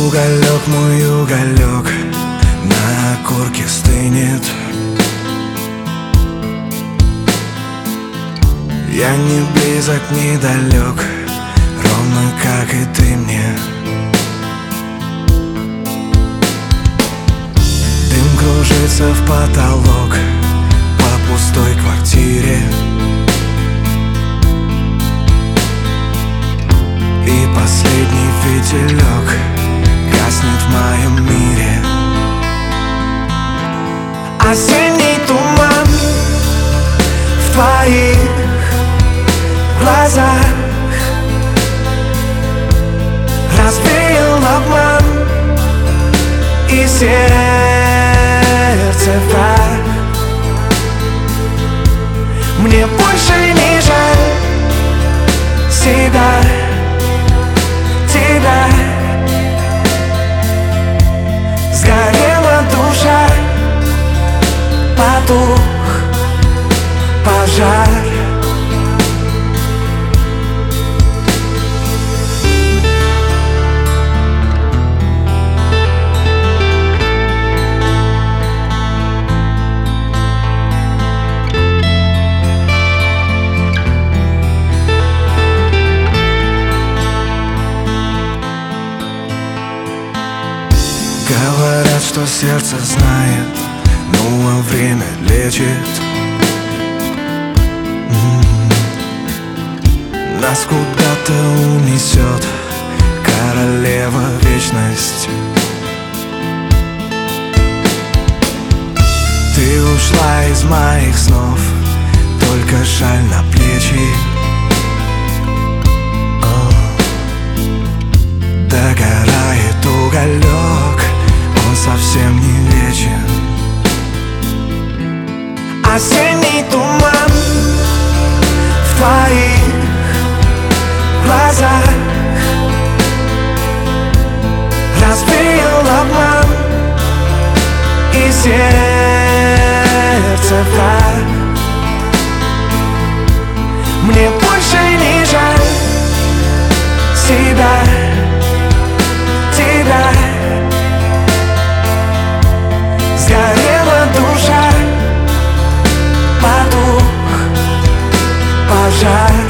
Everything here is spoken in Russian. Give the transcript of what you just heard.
Уголек, мой уголек, на окурке стынет. Я не близок, не далек, ровно как и ты мне. Дым кружится в потолок по пустой квартире, и последний фитилек гаснет в моем мире. Осенний туман в твоих глазах развеял обман и сердце враг. Мне больше не жаль себя, тебя. Сгорела душа, потух пожар. Говорят, что сердце знает, ну а время лечит. Нас куда-то унесет королева вечность. Ты ушла из моих снов, только жаль на плечи. Догорает уголек, он совсем не вечен. Осенний туман в твоих глазах развеял обман и сердце враг. Мне больше не жаль себя, тебя. Сгорела душа, потух пожар.